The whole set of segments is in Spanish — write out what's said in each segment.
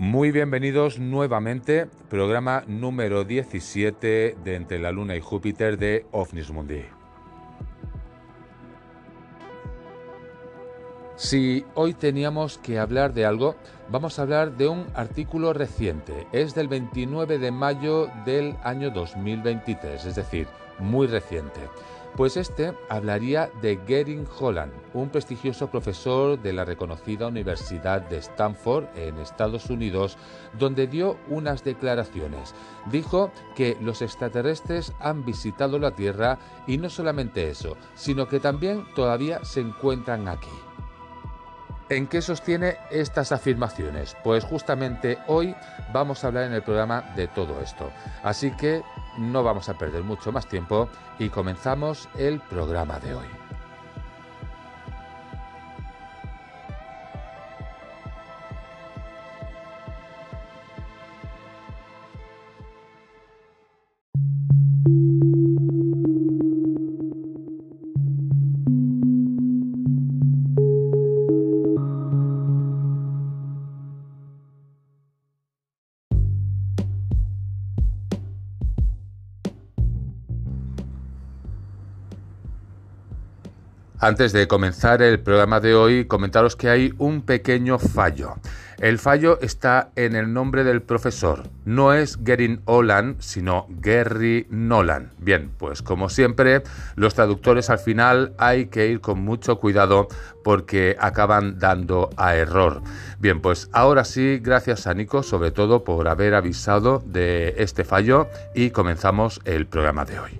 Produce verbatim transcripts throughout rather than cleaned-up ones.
Muy bienvenidos nuevamente, programa número diecisiete de Entre la Luna y Júpiter de OVNIS Mundi. Si hoy teníamos que hablar de algo, vamos a hablar de un artículo reciente. Es del veintinueve de mayo del año dos mil veintitrés, es decir, muy reciente. Pues este hablaría de Gary Holland, un prestigioso profesor de la reconocida Universidad de Stanford en Estados Unidos, donde dio unas declaraciones. Dijo que los extraterrestres han visitado la Tierra y no solamente eso, sino que también todavía se encuentran aquí. ¿En qué sostiene estas afirmaciones? Pues justamente hoy vamos a hablar en el programa de todo esto. Así que no vamos a perder mucho más tiempo y comenzamos el programa de hoy. Antes de comenzar el programa de hoy, comentaros que hay un pequeño fallo. El fallo está en el nombre del profesor. No es Gary Holland, sino Gary Nolan. Bien, pues como siempre, los traductores al final hay que ir con mucho cuidado porque acaban dando a error. Bien, pues ahora sí, gracias a Nico, sobre todo por haber avisado de este fallo, y comenzamos el programa de hoy.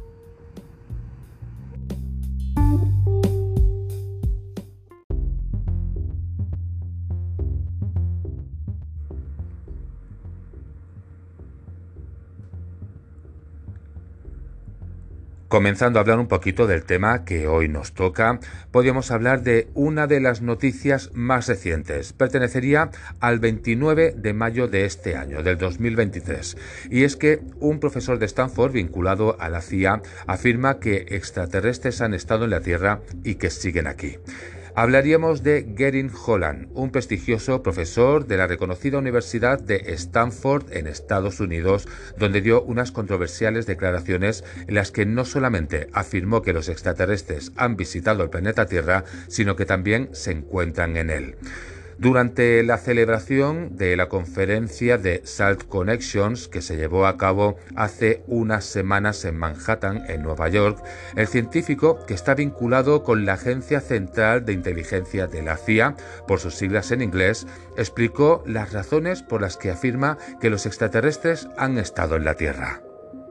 Comenzando a hablar un poquito del tema que hoy nos toca, podríamos hablar de una de las noticias más recientes. Pertenecería al veintinueve de mayo de este año, del dos mil veintitrés. Y es que un profesor de Stanford vinculado a la C I A afirma que extraterrestres han estado en la Tierra y que siguen aquí. Hablaríamos de Gary Holland, un prestigioso profesor de la reconocida Universidad de Stanford en Estados Unidos, donde dio unas controversiales declaraciones en las que no solamente afirmó que los extraterrestres han visitado el planeta Tierra, sino que también se encuentran en él. Durante la celebración de la conferencia de SALT Connections, que se llevó a cabo hace unas semanas en Manhattan, en Nueva York, el científico, que está vinculado con la Agencia Central de Inteligencia de la C I A, por sus siglas en inglés, explicó las razones por las que afirma que los extraterrestres han estado en la Tierra.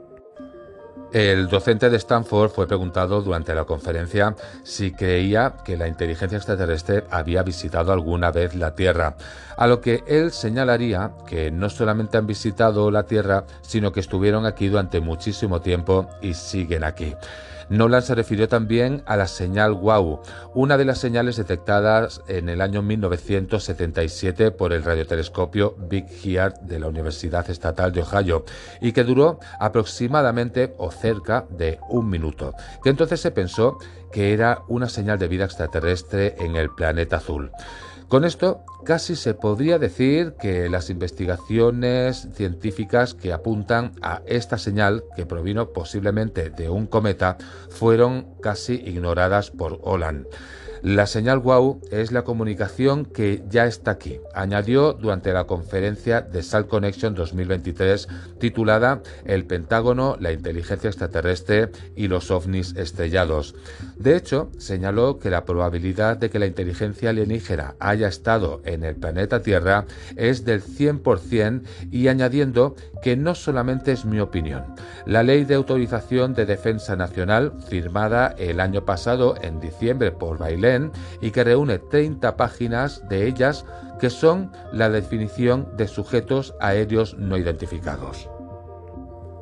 El docente de Stanford fue preguntado durante la conferencia si creía que la inteligencia extraterrestre había visitado alguna vez la Tierra, a lo que él señalaría que no solamente han visitado la Tierra, sino que estuvieron aquí durante muchísimo tiempo y siguen aquí. Nolan se refirió también a la señal WOW, una de las señales detectadas en el año mil novecientos setenta y siete por el radiotelescopio Big Ear de la Universidad Estatal de Ohio, y que duró aproximadamente o cerca de un minuto, que entonces se pensó que era una señal de vida extraterrestre en el planeta azul. Con esto, casi se podría decir que las investigaciones científicas que apuntan a esta señal, que provino posiblemente de un cometa, fueron casi ignoradas por Holland. La señal WOW es la comunicación que ya está aquí, añadió durante la conferencia de SALT Connection dos mil veintitrés titulada El Pentágono, la inteligencia extraterrestre y los ovnis estrellados. De hecho, señaló que la probabilidad de que la inteligencia alienígena haya estado en el planeta Tierra es del cien por ciento, y añadiendo que no solamente es mi opinión. La Ley de Autorización de Defensa Nacional, firmada el año pasado en diciembre por Bailén, y que reúne treinta páginas de ellas que son la definición de sujetos aéreos no identificados.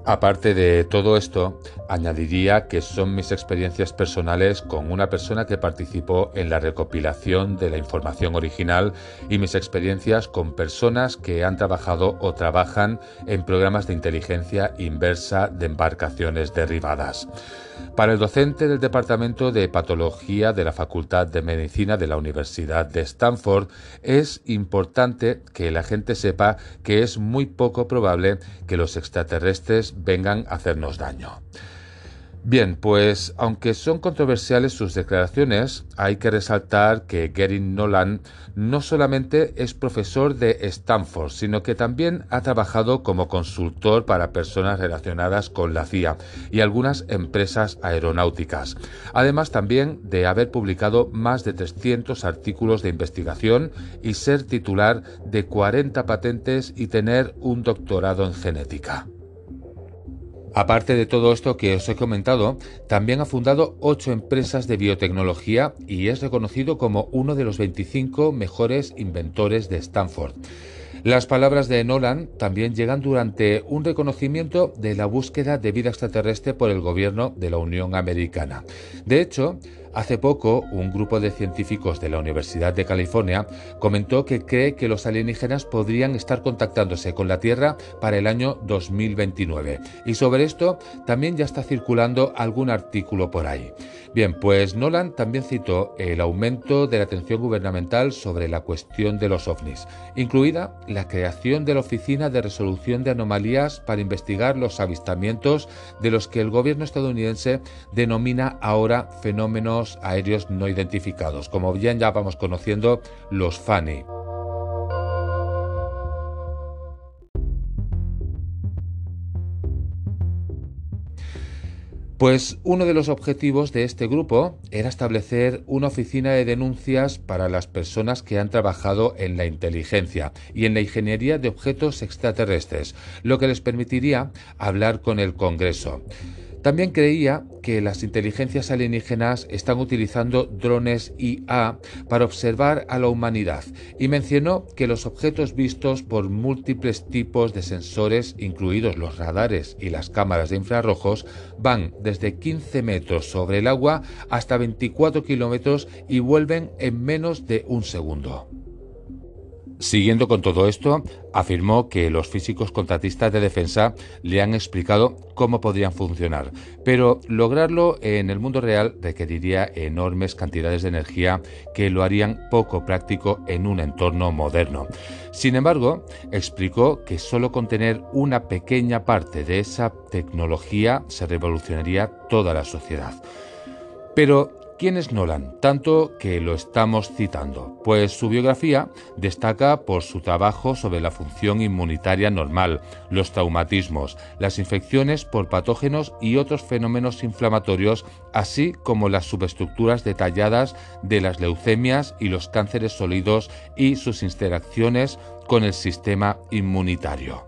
Aparte de todo esto, añadiría que son mis experiencias personales con una persona que participó en la recopilación de la información original y mis experiencias con personas que han trabajado o trabajan en programas de inteligencia inversa de embarcaciones derribadas. Para el docente del Departamento de Patología de la Facultad de Medicina de la Universidad de Stanford, es importante que la gente sepa que es muy poco probable que los extraterrestres vengan a hacernos daño. Bien, pues aunque son controversiales sus declaraciones, hay que resaltar que Gary Nolan no solamente es profesor de Stanford, sino que también ha trabajado como consultor para personas relacionadas con la C I A y algunas empresas aeronáuticas, además también de haber publicado más de trescientos artículos de investigación y ser titular de cuarenta patentes y tener un doctorado en genética. Aparte de todo esto que os he comentado, también ha fundado ocho empresas de biotecnología y es reconocido como uno de los veinticinco mejores inventores de Stanford. Las palabras de Nolan también llegan durante un reconocimiento de la búsqueda de vida extraterrestre por el gobierno de la Unión Americana. De hecho, hace poco, un grupo de científicos de la Universidad de California comentó que cree que los alienígenas podrían estar contactándose con la Tierra para el año dos mil veintinueve. Y sobre esto también ya está circulando algún artículo por ahí. Bien, pues Nolan también citó el aumento de la atención gubernamental sobre la cuestión de los ovnis, incluida la creación de la Oficina de Resolución de Anomalías para investigar los avistamientos de los que el gobierno estadounidense denomina ahora fenómenos aéreos no identificados, como bien ya vamos conociendo, los F A N I. Pues uno de los objetivos de este grupo era establecer una oficina de denuncias para las personas que han trabajado en la inteligencia y en la ingeniería de objetos extraterrestres, lo que les permitiría hablar con el Congreso. También creía que las inteligencias alienígenas están utilizando drones I A para observar a la humanidad y mencionó que los objetos vistos por múltiples tipos de sensores, incluidos los radares y las cámaras de infrarrojos, van desde quince metros sobre el agua hasta veinticuatro kilómetros y vuelven en menos de un segundo. Siguiendo con todo esto, afirmó que los físicos contratistas de defensa le han explicado cómo podrían funcionar, pero lograrlo en el mundo real requeriría enormes cantidades de energía que lo harían poco práctico en un entorno moderno. Sin embargo, explicó que solo con tener una pequeña parte de esa tecnología se revolucionaría toda la sociedad. Pero ¿quién es Nolan? Tanto que lo estamos citando. Pues su biografía destaca por su trabajo sobre la función inmunitaria normal, los traumatismos, las infecciones por patógenos y otros fenómenos inflamatorios, así como las subestructuras detalladas de las leucemias y los cánceres sólidos y sus interacciones con el sistema inmunitario.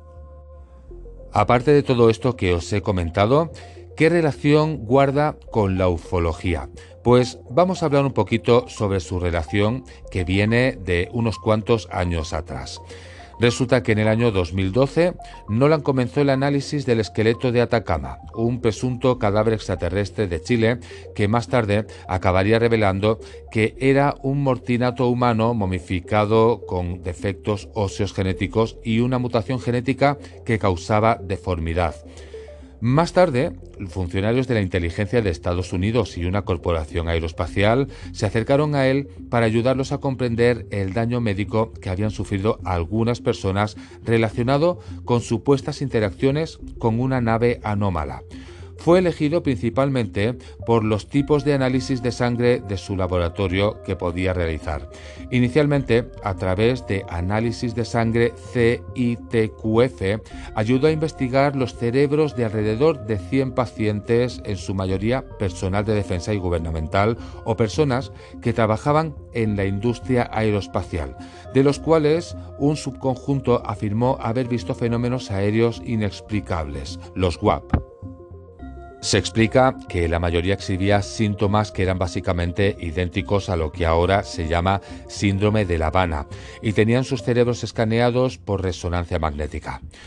Aparte de todo esto que os he comentado, ¿qué relación guarda con la ufología? Pues vamos a hablar un poquito sobre su relación, que viene de unos cuantos años atrás. Resulta que en el año dos mil doce, Nolan comenzó el análisis del esqueleto de Atacama, un presunto cadáver extraterrestre de Chile que más tarde acabaría revelando que era un mortinato humano momificado con defectos óseos genéticos y una mutación genética que causaba deformidad. Más tarde, funcionarios de la inteligencia de Estados Unidos y una corporación aeroespacial se acercaron a él para ayudarlos a comprender el daño médico que habían sufrido algunas personas relacionado con supuestas interacciones con una nave anómala. Fue elegido principalmente por los tipos de análisis de sangre de su laboratorio que podía realizar. Inicialmente, a través de análisis de sangre C I T Q F, ayudó a investigar los cerebros de alrededor de cien pacientes, en su mayoría personal de defensa y gubernamental o personas que trabajaban en la industria aeroespacial, de los cuales un subconjunto afirmó haber visto fenómenos aéreos inexplicables, los W A P. Se explica que la mayoría exhibía síntomas que eran básicamente idénticos a lo que ahora se llama síndrome de La Habana y tenían sus cerebros escaneados por resonancia magnética.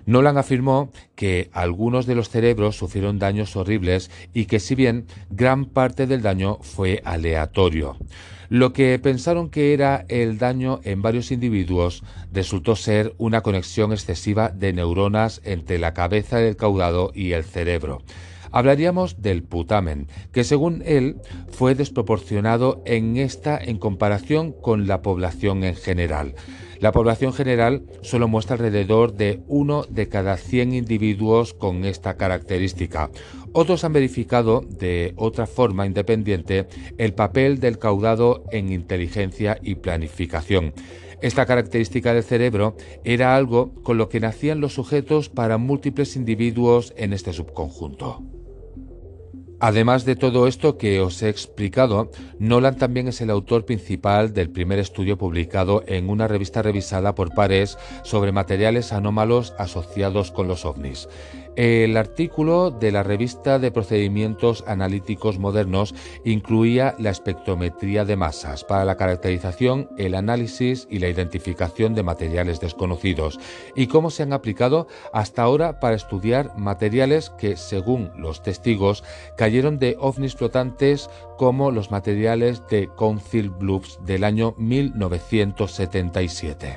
Nolan afirmó que algunos de los cerebros sufrieron daños horribles y que si bien gran parte del daño fue aleatorio, lo que pensaron que era el daño en varios individuos resultó ser una conexión excesiva de neuronas entre la cabeza del caudado y el cerebro. Hablaríamos del putamen, que según él fue desproporcionado en esta en comparación con la población en general. La población general solo muestra alrededor de uno de cada cien individuos con esta característica. Otros han verificado de otra forma independiente el papel del caudado en inteligencia y planificación. Esta característica del cerebro era algo con lo que nacían los sujetos para múltiples individuos en este subconjunto. Además de todo esto que os he explicado, Nolan también es el autor principal del primer estudio publicado en una revista revisada por pares sobre materiales anómalos asociados con los ovnis. El artículo de la revista de procedimientos analíticos modernos incluía la espectrometría de masas para la caracterización, el análisis y la identificación de materiales desconocidos y cómo se han aplicado hasta ahora para estudiar materiales que, según los testigos, cayeron de ovnis flotantes como los materiales de Council Bluffs del año mil novecientos setenta y siete.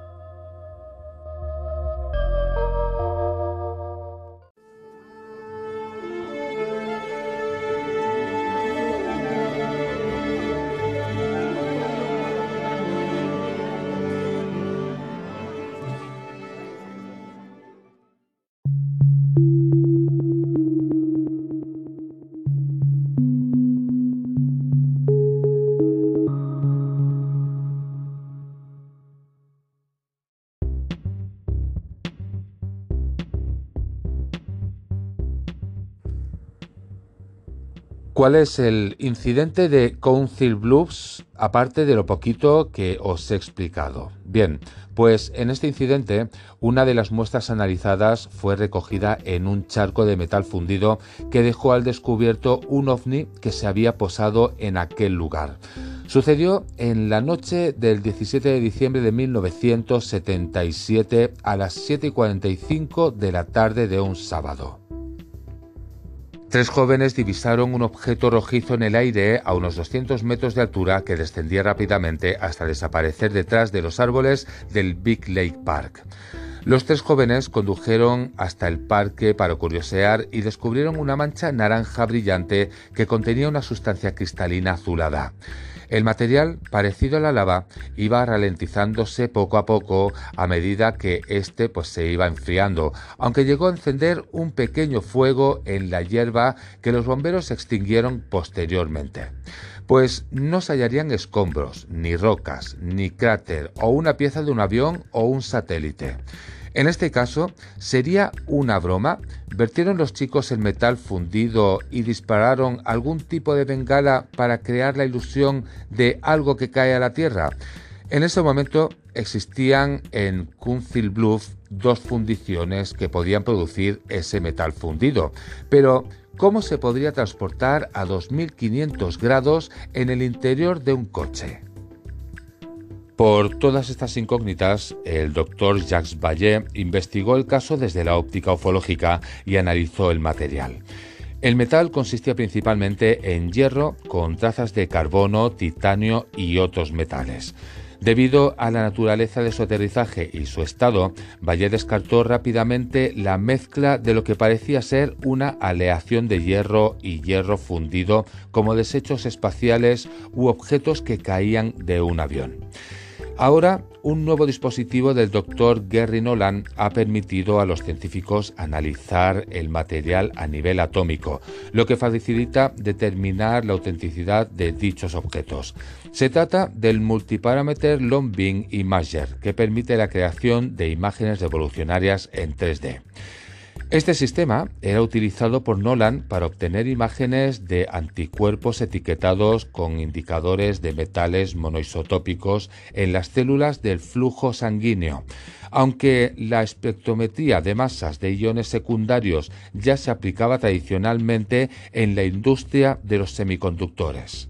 ¿Cuál es el incidente de Council Bluffs, aparte de lo poquito que os he explicado? Bien, pues en este incidente, una de las muestras analizadas fue recogida en un charco de metal fundido que dejó al descubierto un ovni que se había posado en aquel lugar. Sucedió en la noche del diecisiete de diciembre de mil novecientos setenta y siete a las siete y cuarenta y cinco de la tarde de un sábado. Tres jóvenes divisaron un objeto rojizo en el aire a unos doscientos metros de altura que descendía rápidamente hasta desaparecer detrás de los árboles del Big Lake Park. Los tres jóvenes condujeron hasta el parque para curiosear y descubrieron una mancha naranja brillante que contenía una sustancia cristalina azulada. El material, parecido a la lava, iba ralentizándose poco a poco a medida que éste pues, se iba enfriando, aunque llegó a encender un pequeño fuego en la hierba que los bomberos extinguieron posteriormente. Pues no se hallarían escombros, ni rocas, ni cráter o una pieza de un avión o un satélite. En este caso, ¿sería una broma? ¿Vertieron los chicos el metal fundido y dispararon algún tipo de bengala para crear la ilusión de algo que cae a la Tierra? En ese momento existían en Council Bluff dos fundiciones que podían producir ese metal fundido, pero ¿cómo se podría transportar a dos mil quinientos grados en el interior de un coche? Por todas estas incógnitas, el doctor Jacques Vallée investigó el caso desde la óptica ufológica y analizó el material. El metal consistía principalmente en hierro con trazas de carbono, titanio y otros metales. Debido a la naturaleza de su aterrizaje y su estado, Vallée descartó rápidamente la mezcla de lo que parecía ser una aleación de hierro y hierro fundido como desechos espaciales u objetos que caían de un avión. Ahora, un nuevo dispositivo del doctor Gary Nolan ha permitido a los científicos analizar el material a nivel atómico, lo que facilita determinar la autenticidad de dichos objetos. Se trata del Multiparameter Long Beam Imager, que permite la creación de imágenes revolucionarias en tres D. Este sistema era utilizado por Nolan para obtener imágenes de anticuerpos etiquetados con indicadores de metales monoisotópicos en las células del flujo sanguíneo. Aunque la espectrometría de masas de iones secundarios ya se aplicaba tradicionalmente en la industria de los semiconductores.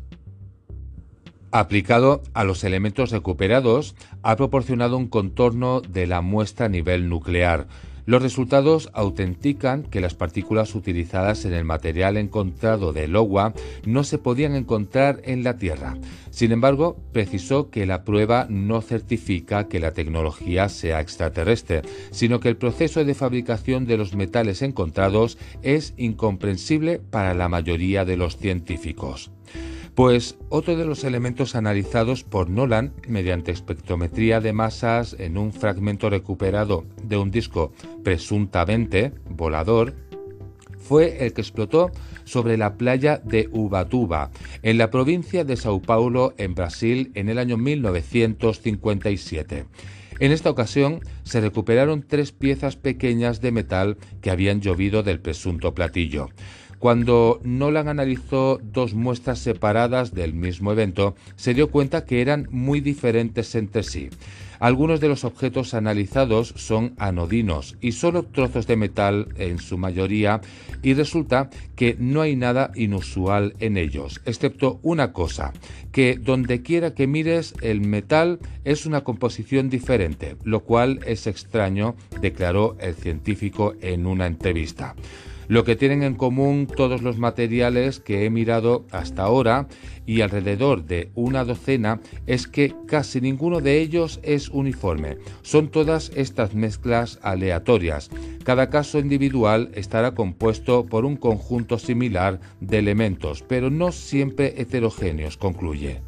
Aplicado a los elementos recuperados, ha proporcionado un contorno de la muestra a nivel nuclear. Los resultados autentican que las partículas utilizadas en el material encontrado de Iowa no se podían encontrar en la Tierra. Sin embargo, precisó que la prueba no certifica que la tecnología sea extraterrestre, sino que el proceso de fabricación de los metales encontrados es incomprensible para la mayoría de los científicos. Pues otro de los elementos analizados por Nolan mediante espectrometría de masas en un fragmento recuperado de un disco presuntamente volador fue el que explotó sobre la playa de Ubatuba, en la provincia de Sao Paulo, en Brasil, en el año mil novecientos cincuenta y siete. En esta ocasión se recuperaron tres piezas pequeñas de metal que habían llovido del presunto platillo. Cuando Nolan analizó dos muestras separadas del mismo evento, se dio cuenta que eran muy diferentes entre sí. Algunos de los objetos analizados son anodinos y solo trozos de metal en su mayoría, y resulta que no hay nada inusual en ellos, excepto una cosa, que donde quiera que mires el metal es una composición diferente, lo cual es extraño, declaró el científico en una entrevista. Lo que tienen en común todos los materiales que he mirado hasta ahora, y alrededor de una docena, es que casi ninguno de ellos es uniforme. Son todas estas mezclas aleatorias. Cada caso individual estará compuesto por un conjunto similar de elementos, pero no siempre heterogéneos, concluye.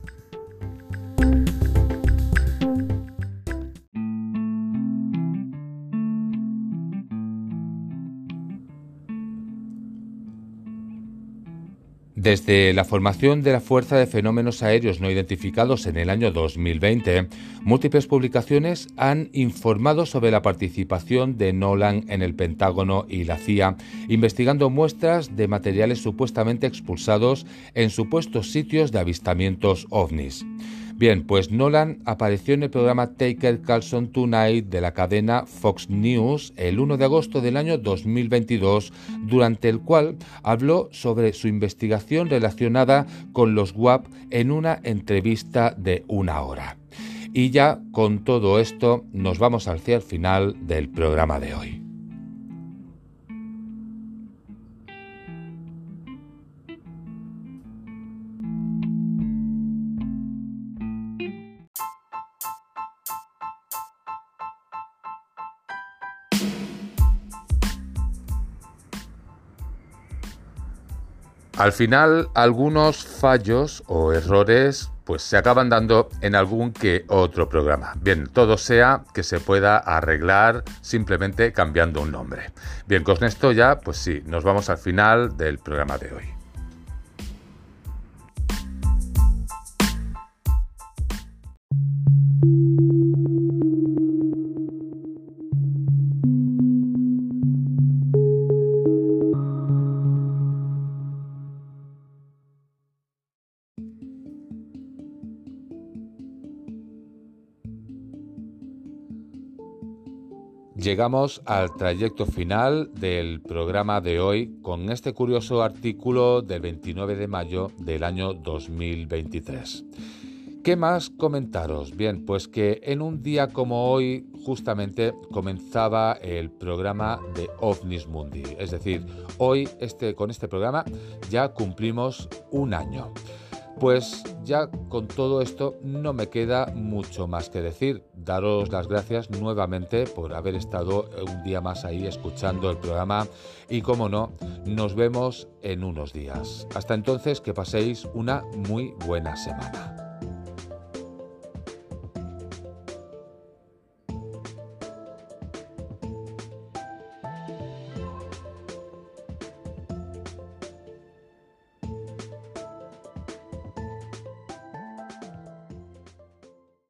Desde la formación de la Fuerza de Fenómenos Aéreos No Identificados en el año dos mil veinte, múltiples publicaciones han informado sobre la participación de Nolan en el Pentágono y la C I A, investigando muestras de materiales supuestamente expulsados en supuestos sitios de avistamientos ovnis. Bien, pues Nolan apareció en el programa Tucker Carlson Tonight de la cadena Fox News el primero de agosto del año dos mil veintidós, durante el cual habló sobre su investigación relacionada con los W A P en una entrevista de una hora. Y ya con todo esto nos vamos hacia el final del programa de hoy. Al final, algunos fallos o errores pues se acaban dando en algún que otro programa. Bien, todo sea que se pueda arreglar simplemente cambiando un nombre. Bien, con esto ya, pues sí, nos vamos al final del programa de hoy. Llegamos al trayecto final del programa de hoy con este curioso artículo del veintinueve de mayo del año dos mil veintitrés. ¿Qué más comentaros? Bien, pues que en un día como hoy justamente comenzaba el programa de OVNIS Mundi. Es decir, hoy este, con este programa ya cumplimos un año. Pues ya con todo esto no me queda mucho más que decir. Daros las gracias nuevamente por haber estado un día más ahí escuchando el programa y, como no, nos vemos en unos días. Hasta entonces, que paséis una muy buena semana.